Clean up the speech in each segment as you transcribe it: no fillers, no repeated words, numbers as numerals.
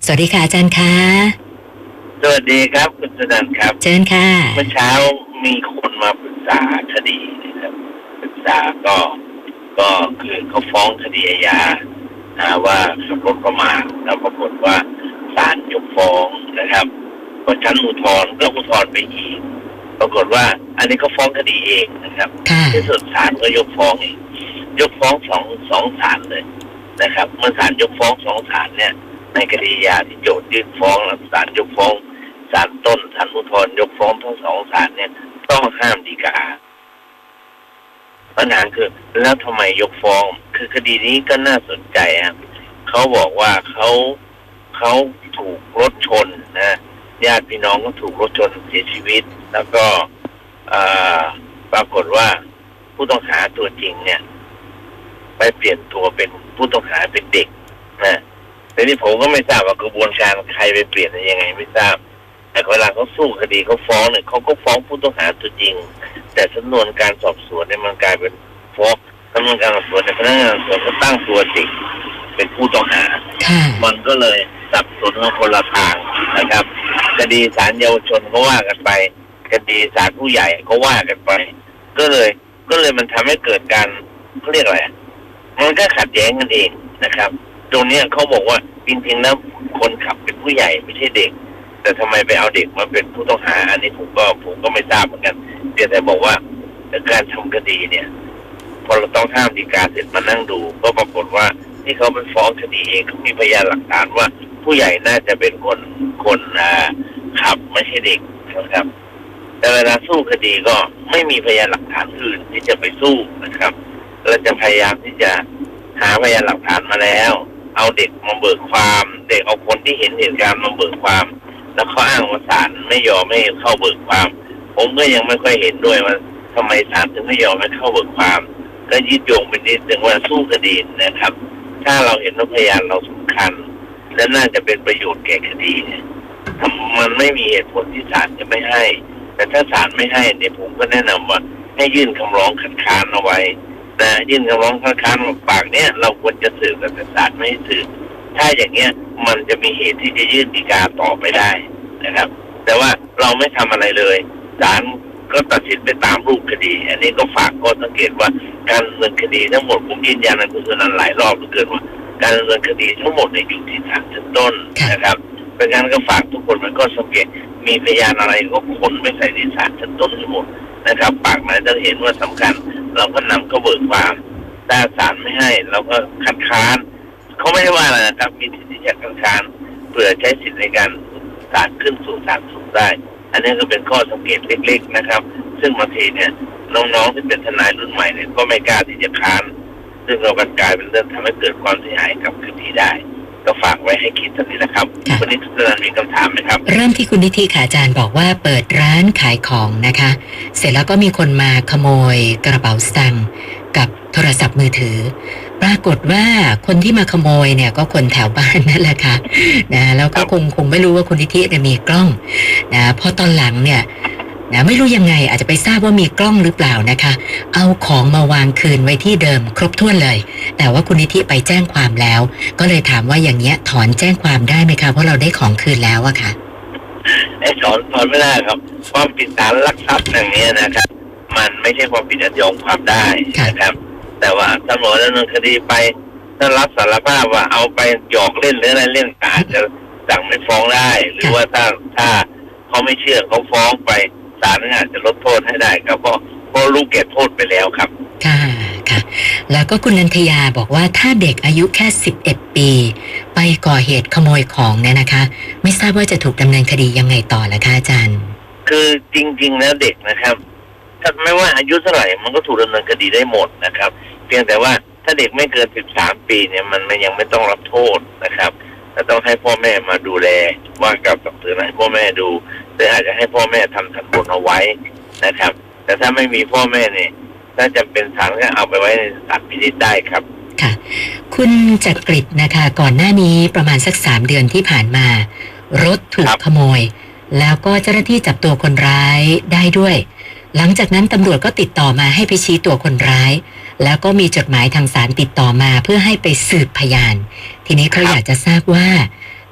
สวัสดีค่ะอาจารย์คะสวัสดีครับคุณสนันท์ครับเชิญค่ะเมื่อเช้ามีคนมาปรึกษาคดีนะครับปรึกษาก็คือเขาฟ้องคดีอาญาว่าขับรถประมาทแล้วปรากฏว่าศาลยกฟ้องนะครับพอชั้นอุทธรณ์ก็อุทธรณ์ไปอีกปรากฏว่าอันนี้เขาฟ้องคดีเองนะครับที่สุดศาลก็ยกฟ้องอีกยกฟ้องสองศาลเลยนะครับเมื่อศาลยกฟ้องสองศาลเนี่ยในคดีอาญาที่โจทยื่นฟ้องแล้วศาลยกฟ้องศาลต้นศาลอุทธรณ์ยกฟ้องทั้งสองศาลเนี่ยต้องห้ามฎีกาปัญหาคือแล้วทำไมยกฟ้องคือคดีนี้ก็น่าสนใจครับเขาบอกว่าเขาถูกรถชนนะญาติพี่น้องก็ถูกรถชนเสียชีวิตแล้วก็ปรากฏว่าผู้ต้องหาตัวจริงเนี่ยไปเปลี่ยนตัวเป็นผู้ต้องหาเป็นเด็กนะแต่นี่ผมก็ไม่ทราบว่ากระบวนการใครไปเปลี่ยนยังไงไม่ทราบแต่เวลาเขาสู้คดีเขาฟ้องเนี่ยเขาก็ฟ้องผู้ต้องหาตัวจริงแต่สำนวนการสอบสวนเนี่ยมันกลายเป็นฟ้องสำนวนการสอบสวนในพนักงานสอบสวนก็ตั้งตัวเด็กเป็นผู้ต้องหามันก็เลยสับสนคนละทางนะครับคดีศาลเยาวชนก็ว่ากันไปคดีศาลผู้ใหญ่ก็ว่ากันไปก็เลยมันทำให้เกิดการเขาเรียกอะไรมันก็ขัดแย้งกันเองนะครับตรงนี้เขาบอกว่าจริงๆแล้วคนขับเป็นผู้ใหญ่ไม่ใช่เด็กแต่ทำไมไปเอาเด็กมาเป็นผู้ต้องหาอันนี้ผมก็ไม่ทราบเหมือนกันแต่บอกว่าการทำคดีเนี่ยพอเราต้องห้ามฎีกาเสร็จมานั่งดูก็ปรากฏว่าที่เขาไปฟ้องคดีเองเขามีพยานหลักฐานว่าผู้ใหญ่น่าจะเป็นคนขับไม่ใช่เด็กนะครับแต่เวลาสู้คดีก็ไม่มีพยานหลักฐานอื่นที่จะไปสู้นะครับเราจะพยายามที่จะหาพยานหลักฐานมาแล้วเอาเด็กมาเบิกความเด็กเอาคนที่เห็นเหตุการณ์มาเบิกความแล้วเขาอ้างว่าศาลไม่ยอมไม่เข้าเบิกความผมก็ยังไม่ค่อยเห็นด้วยว่าทำไมศาลถึงไม่ยอมให้เข้าเบิกความก็ยึดโยงเป็นนิดนึงว่าสู้คดีนะครับถ้าเราเห็นว่าพยานเราสำคัญและน่าจะเป็นประโยชน์แก่คดีเนี่ยมันไม่มีเหตุผลที่ศาลจะไม่ให้แต่ถ้าศาลไม่ให้เนี่ยผมก็แนะนำว่าให้ยื่นคำร้องคัดค้านเอาไว้นะยื่นคำร้องคัดค้านปากเนี่ยเราควรจะสืบแต่ศาลไม่ให้สืบถ้าอย่างเงี้ยมันจะมีเหตุที่จะยื่นฎีกาต่อไปได้นะครับแต่ว่าเราไม่ทำอะไรเลยศาลก็ตัดสินไปตามรูปคดีอันนี้ก็ฝากข้อสังเกตว่าการดำเนินคดีทั้งหมดผมยืนยันในคุณสุนันท์หลายรอบเหลือเกินว่าการดำเนินคดีทั้งหมดในอยู่ที่ศาลชั้นต้นนะครับเป็นการก็ฝากทุกคนมันก็สังเกตมีพยานอะไรก็คนไม่ใส่ที่ศาลชั้นต้นทั้งหมดนะครับปากไหนจะเห็นว่าสำคัญเราก็นำเข้าเบิกความถ้าศาลไม่ให้เราก็คัดค้านเขาไม่ได้ว่าอะไรนะครับมีสิทธิ์ที่จะคัดค้านเพื่อใช้สิทธิในการศาลขึ้นสู่ศาลสูงได้อันนี้ก็เป็นข้อสังเกตเล็กๆนะครับซึ่งบางทีเนี่ยน้องๆที่เป็นทนายรุ่นใหม่เนี่ยก็ไม่กล้าที่จะค้านซึ่งเรากันกลายเป็นเรื่องทำให้เกิดความเสียหายกับคดีได้ก็ฝากไว้ให้คิดสักนิดนะครับวันนี้ทุกท่านมีคำถามไหมครับเริ่มที่คุณนิธิค่ะอาจารย์บอกว่าเปิดร้านขายของนะคะเสร็จแล้วก็มีคนมาขโมยกระเป๋าสตางค์กับโทรศัพท์มือถือปรากฏว่าคนที่มาขโมยเนี่ยก็คนแถวบ้านนั่นแหละค่ะนะแล้วก็คงไม่รู้ว่าคุณนิธิจะมีกล้องนะพอตอนหลังเนี่ยนะไม่รู้ยังไงอาจจะไปทราบว่ามีกล้องหรือเปล่านะคะเอาของมาวางคืนไว้ที่เดิมครบถ้วนเลยแต่ว่าคุณนิธิไปแจ้งความแล้วก็เลยถามว่าอย่างเงี้ยถอนแจ้งความได้ไหมคะเพราะเราได้ของคืนแล้วอะค่ะถอนไม่ได้ครับความผิดฐานลักทรัพย์อย่างนี้นะครับมันไม่ใช่ความผิดอันยอมความได้นะครับแต่ว่าตำรวจดำเนินคดีไปถ้ารับสารภาพว่าเอาไปหยอกเล่นหรืออะไรเล่นอาจจะสั่งไม่ฟ้องได้หรือว่าถ้าเขาไม่เชื่อเขาฟ้องไปศาลอาจจะลดโทษให้ได้ครับเพราะรู้แก่โทษไปแล้วครับค่ะค่ะแล้วก็คุณนันทยาบอกว่าถ้าเด็กอายุแค่11 ปีไปก่อเหตุขโมยของเนี่ยนะคะไม่ทราบว่าจะถูกดำเนินคดียังไงต่อล่ะคะอาจารย์คือจริงๆแล้วเด็กนะครับถ้าไม่ว่าอายุเท่าไหร่มันก็ถูกดำเนินคดีได้หมดนะครับเพียงแต่ว่าถ้าเด็กไม่เกิน13 ปีเนี่ยมันยังไม่ต้องรับโทษนะครับแต่ต้องให้พ่อแม่มาดูแลว่ากับตักเตือนให้พ่อแม่ดูหรืออาจจะให้พ่อแม่ทำทันบนเอาไว้นะครับแต่ถ้าไม่มีพ่อแม่เนี่ยถ้าจำเป็นศาลก็เอาไปไว้ในศาลพินิจได้ครับค่ะคุณจักริดนะคะก่อนหน้านี้ประมาณสัก3 เดือนที่ผ่านมารถถูกขโมยแล้วก็เจ้าหน้าที่จับตัวคนร้ายได้ด้วยหลังจากนั้นตำรวจก็ติดต่อมาให้ไปชี้ตัวคนร้ายแล้วก็มีจดหมายทางศาลติดต่อมาเพื่อให้ไปสืบพยานทีนี้เขาอยากจะทราบว่า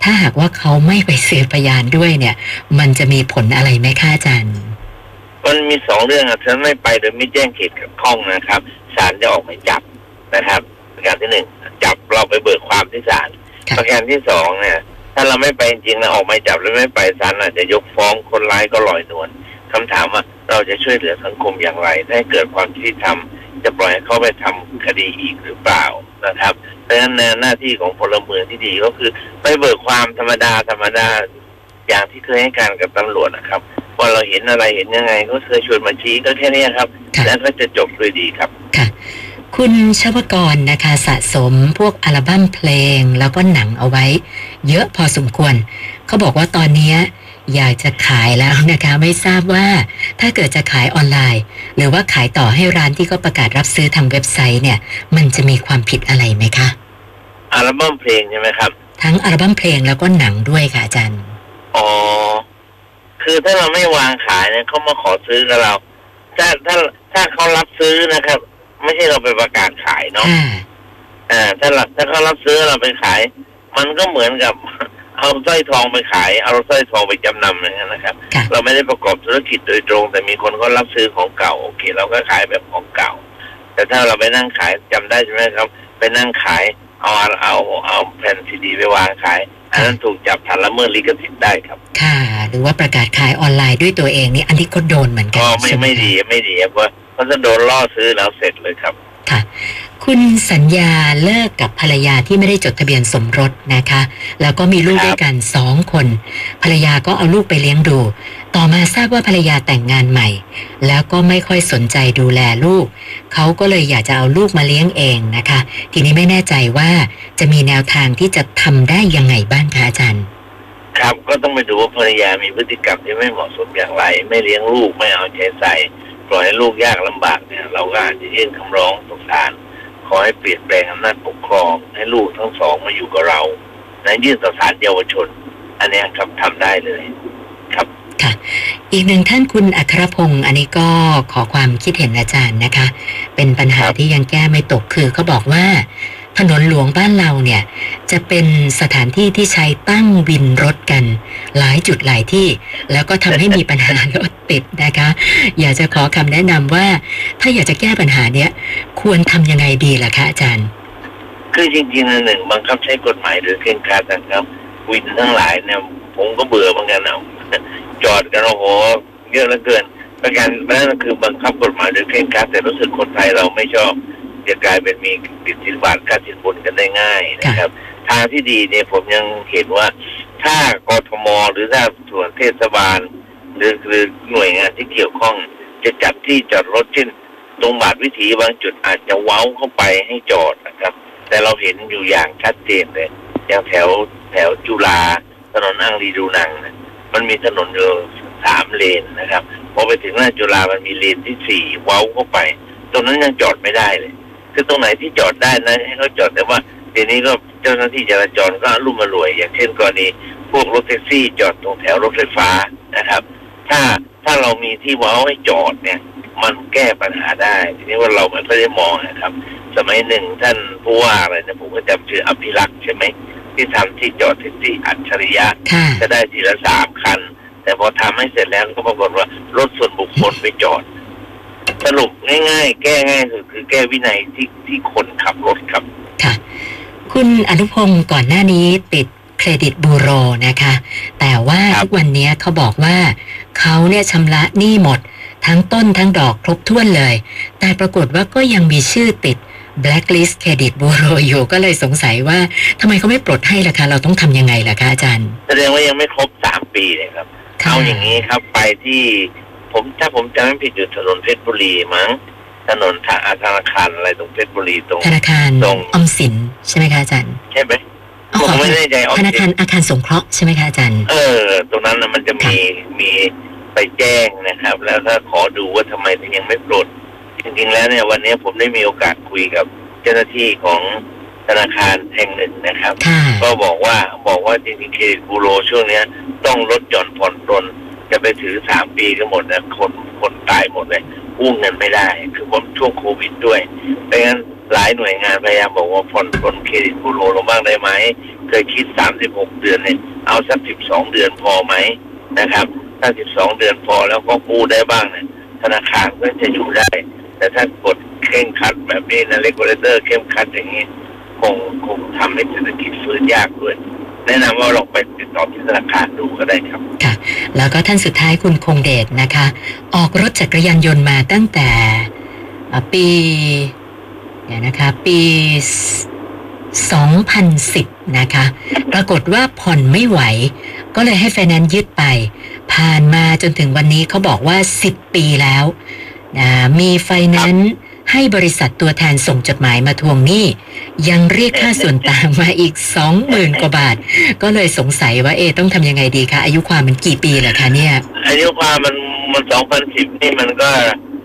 ถ้าหากว่าเขาไม่ไปสืบพยานด้วยเนี่ยมันจะมีผลอะไรไหมคะอาจารย์มันมี2 เรื่องถ้าไม่ไปโดยไม่แจ้งเหตุขัดข้องนะครับศาลจะออกหมายจับนะครับประการที่1จับเราไปเบิกความที่ศาลประการที่2เนี่ยถ้าเราไม่ไปจริงๆแล้วออกหมายจับแล้วไม่ไปศาลอาจจะยกฟ้องคนร้ายก็ลอยนวลคำถามว่าเราจะช่วยเหลือสังคมอย่างไรให้เกิดความยุติธรรมจะปล่อยให้เขาไปทำคดีอีกหรือเปล่านะครับเพราะฉะนั้นหน้าที่ของพลเมืองที่ดีก็คือไปเบิกความธรรมดาอย่างที่เคยให้การกับตำรวจนะครับว่าเราเห็นอะไรเห็นยังไงก็เคยชวนมาชี้ก็แค่นี้ครับแล้วก็จะจบด้วยดีครับค่ะคุณชวกรนะคะสะสมพวกอัลบั้มเพลงแล้วก็หนังเอาไว้เยอะพอสมควรเขาบอกว่าตอนนี้อยากจะขายแล้วนะคะไม่ทราบว่าถ้าเกิดจะขายออนไลน์หรือว่าขายต่อให้ร้านที่เขาประกาศรับซื้อทางเว็บไซต์เนี่ยมันจะมีความผิดอะไรไหมคะอัลบั้มเพลงใช่ไหมครับทั้งอัลบั้มเพลงแล้วก็หนังด้วยค่ะอาจารย์อ๋อคือถ้าเราไม่วางขายเนี่ยเขามาขอซื้อกับเราถ้าเขารับซื้อนะครับไม่ใช่เราไปประกาศขายเนาะถ้าเขารับซื้อเราไปขายมันก็เหมือนกับเอาสร้อยทองไปขายเอาสร้อยทองไปจำนำอย่างนั้นนะครับเราไม่ได้ประกอบธุรกิจโดยตรงแต่มีคนเขารับซื้อของเก่าโอเคเราก็ขายแบบของเก่าแต่ถ้าเราไปนั่งขายจำได้ใช่ไหมครับไปนั่งขายเอาแผ่นซีดีไปวางขายอันนั้นถูกจับฐานละเมิดลิขสิทธิ์ได้ครับค่ะหรือว่าประกาศขายออนไลน์ด้วยตัวเองนี่อันนี้ก็โดนเหมือนกันไม่ดีเพราะจะโดนล่อซื้อแล้วเสร็จเลยครับค่ะคุณสัญญาเลิกกับภรรยาที่ไม่ได้จดทะเบียนสมรสนะคะแล้วก็มีลูกด้วยกัน2 คนภรรยาก็เอาลูกไปเลี้ยงดูต่อมาทราบว่าภรรยาแต่งงานใหม่แล้วก็ไม่ค่อยสนใจดูแลลูกเขาก็เลยอยากจะเอาลูกมาเลี้ยงเองนะคะทีนี้ไม่แน่ใจว่าจะมีแนวทางที่จะทำได้ยังไงบ้างคะอาจารย์ครับก็ต้องไปดูว่าภรรยามีพฤติกรรมที่ไม่เหมาะสมอย่างไรไม่เลี้ยงลูกไม่เอาใจใส่ปล่อยให้ลูกยากลำบากเนี่ยเราก็อาจจะยื่นคำร้องต่อศาลขอให้เปลี่ยนแปลงอำนาจปกครองให้ลูกทั้ง2มาอยู่กับเราในยื่นต่อศาลเยาวชนอันนี้ครับทำได้เลยครับค่ะอีกหนึ่งท่านคุณอัครพงศ์อันนี้ก็ขอความคิดเห็นอาจารย์นะคะเป็นปัญหาที่ยังแก้ไม่ตกคือเขาบอกว่าถนนหลวงบ้านเราเนี่ยจะเป็นสถานที่ที่ใช้ตั้งวินรถกันหลายจุดหลายที่แล้วก็ทำให้มีปัญหารถติดนะคะอยากจะขอคำแนะนำว่าถ้าอยากจะแก้ปัญหาเนี้ยควรทำยังไงดีล่ะคะอาจารย์คือจริงๆ1บังคับใช้กฎหมายหรือเคร่งครัดนะครับวินทั้งหลายเนี่ยผมก็เบื่อเหมือนกันนะจอดกันโอ้โหเยอะเหลือเกินประการนั่นคือบังคับกฎหมายหรือเคร่งครัดแต่รู้สึกคนไทยเราไม่ชอบจะกลายเป็นมีติดสินบาทค่าสินบนกันได้ง่ายนะครับทางที่ดีเนี่ยผมยังเห็นว่าถ้ากทมหรือถ้าส่วนเทศบาลหรือหน่วยงานที่เกี่ยวข้องจะจัดที่จอดรถเช่นตรงบาทวิถีบางจุดอาจจะเว้าเข้าไปให้จอดนะครับแต่เราเห็นอยู่อย่างชัดเจนเลยอย่างแถวจุฬาถนนอังรีดูนังมันมีถนนอยู่3 เลนนะครับพอไปถึงหน้าจุฬามันมีเลนที่4เว้าเข้าไปตรงนั้นยังจอดไม่ได้เลยคือตรงไหนที่จอดได้นะให้เขาจอดแต่ว่าทีนี้ก็เจ้าหน้าที่จราจรก็รุ่มรวยอย่างเช่นกรณีพวกรถแท็กซี่จอดตรงแถวรถไฟฟ้านะครับถ้าเรามีที่เว้าให้จอดเนี่ยมันแก้ปัญหาได้ทีนี้ว่าเราไม่ได้มองนะครับสมัยหนึ่งท่านผู้ว่าอะไรนะผมก็จำชื่ออภิรักษ์ใช่ไหมที่ทำที่จอดแท็กซี่อัจฉริยะจะได้ทีละ3 คันแต่พอทำให้เสร็จแล้วก็ปรากฏว่ารถส่วนบุคคลไปจอดสรุปง่ายๆแก้ง่ายคือแก้วินัยที่คนขับรถครับค่ะคุณอนุพงศ์ก่อนหน้านี้ติดเครดิตบูโรนะคะแต่ว่าทุกวันนี้เขาบอกว่าเขาเนี่ยชำระหนี้หมดทั้งต้นทั้งดอกครบถ้วนเลยแต่ปรากฏว่าก็ยังมีชื่อติด blacklist เครดิตบูโรอยู่ก็เลยสงสัยว่าทำไมเขาไม่ปลดให้ล่ะคะเราต้องทำยังไงล่ะคะอาจารย์แสดงว่ายังไม่ครบ3 ปีเลยครับเอาอย่างนี้ครับไปที่ถ้าผมจำไม่ผิดอยู่ถนนเพชรบุรีมั้งถนนธนาคารอะไรตรงเพชรบุรีตรงธนาคารตรงออมสินใช่ไหมคะอาจารย์ใช่ไหมผมไม่แน่ใจธนาคารอาคารสงเคราะห์ใช่ไหมคะอาจารย์ตรงนั้นมันจะมีไปแจ้งนะครับแล้วถ้าขอดูว่าทำไมถึงยังไม่ปลดจริงๆแล้วเนี่ยวันนี้ผมได้มีโอกาสคุยกับเจ้าหน้าที่ของธนาคารแห่งหนึ่งนะครับก็บอกว่าจริงๆเครดิตบูโรช่วงนี้ต้องลดหย่อนผ่อนปลนจะไปถือ3 ปีก็หมดนะคนตายหมดเลยกู้เงินไม่ได้คือผมช่วงโควิดด้วยดังนั้นหลายหน่วยงานพยายามบอกว่าผ่อนปลนเครดิตบูโรลงบ้างได้ไหมเคยคิด36 เดือนเนี่ยเอาสัก12 เดือนพอไหมนะครับถ้า12 เดือนพอแล้วก็กู้ได้บ้างเนี่ยธนาคารก็จะอยู่ได้ แต่ถ้ากดเคร่งครัดแบบนี้นะเรกูเลเตอร์เข้มขัดอย่างนี้คงทำให้เศรษฐกิจฟื้นยากด้วยแนะนำว่าลองไปติดต่อที่ธนาคารดูก็ได้ครับค่ะแล้วก็ท่านสุดท้ายคุณคงเดชนะคะออกรถจักรยานยนต์มาตั้งแต่ปี2010นะคะปรากฏว่าผ่อนไม่ไหวก็เลยให้ไฟแนนซ์ยึดไปผ่านมาจนถึงวันนี้เขาบอกว่า10 ปีแล้วมีไฟแนนซ์ให้บริษัทตัวแทนส่งจดหมายมาทวงหนี้ยังเรียกค่าส่วนต่างมาอีก 20,000 กว่าบาทก็เลยสงสัยว่าต้องทำยังไงดีคะอายุความมันกี่ปีเหรอคะเนี่ยอายุความมัน2010นี่มันก็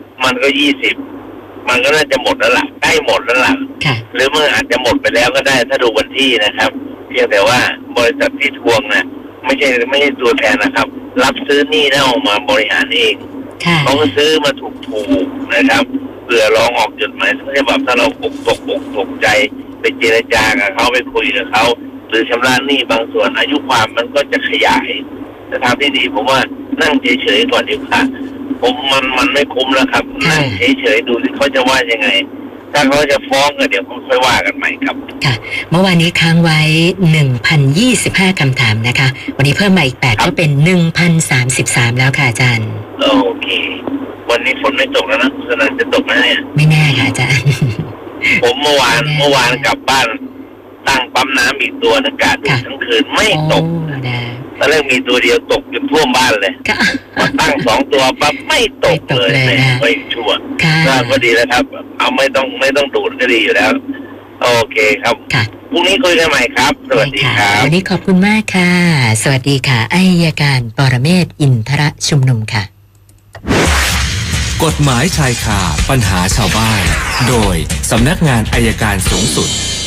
20มันก็น่าจะหมดแล้วล่ะใกล้หมดแล้วล่ะหรือมันอาจจะหมดไปแล้วก็ได้ถ้าดูวันที่นะครับเพียงแต่ว่าบริษัทที่ทวงนะไม่ใช่ตัวแทนนะครับรับซื้อหนี้แล้วออกมาบริหารเองเขาก็ซื้อมาถูกนะครับเผื่อลองออกจดหมายฉบับถ้าเราตกใจไปเจรจากับเขาไปคุยกับเขาหรือชำระหนี้บางส่วนอายุความมันก็จะขยายแต่ทางที่ดีผมว่านั่งเฉยๆก่อนดีกว่ามันไม่คุ้มแล้วครับนั่งเฉยๆดูที่เขาจะว่ายังไงถ้าเขาจะฟ้องก็เดี๋ยวค่อยว่ากันใหม่ครับค่ะเมื่อวานนี้ค้างไว้ 1,025 คำถามนะคะวันนี้เพิ่มมาอีก8ก็เป็น 1,033 แล้วค่ะอาจารย์โอเควันนี้ฝนไม่ตกแล้วนะฉะนั้นจะตกไหมเนี่ยไม่แน่ค่ะอาจารย์ผมเมื่อวานกลับบ้านตั้งปั๊มน้ำอีกตัวนึงกะดูทั้งคืนไม่ตกตอนแรกมีตัวเดียวตกจนท่วมบ้านเลยมาตั้ง2 ตัวปั๊บไม่ตกเลยไม่ชั่วก็ดีแล้วครับเอาไม่ต้องดูดก็ดีอยู่แล้วโอเคครับพรุ่งนี้คุยกันใหม่ครับสวัสดีครับวันนี้ขอบคุณมากค่ะสวัสดีค่ะอัยการปรเมศวร์อินทรชุมนุมค่ะกฎหมายชายคาปัญหาชาวบ้านโดยสำนักงานอัยการสูงสุด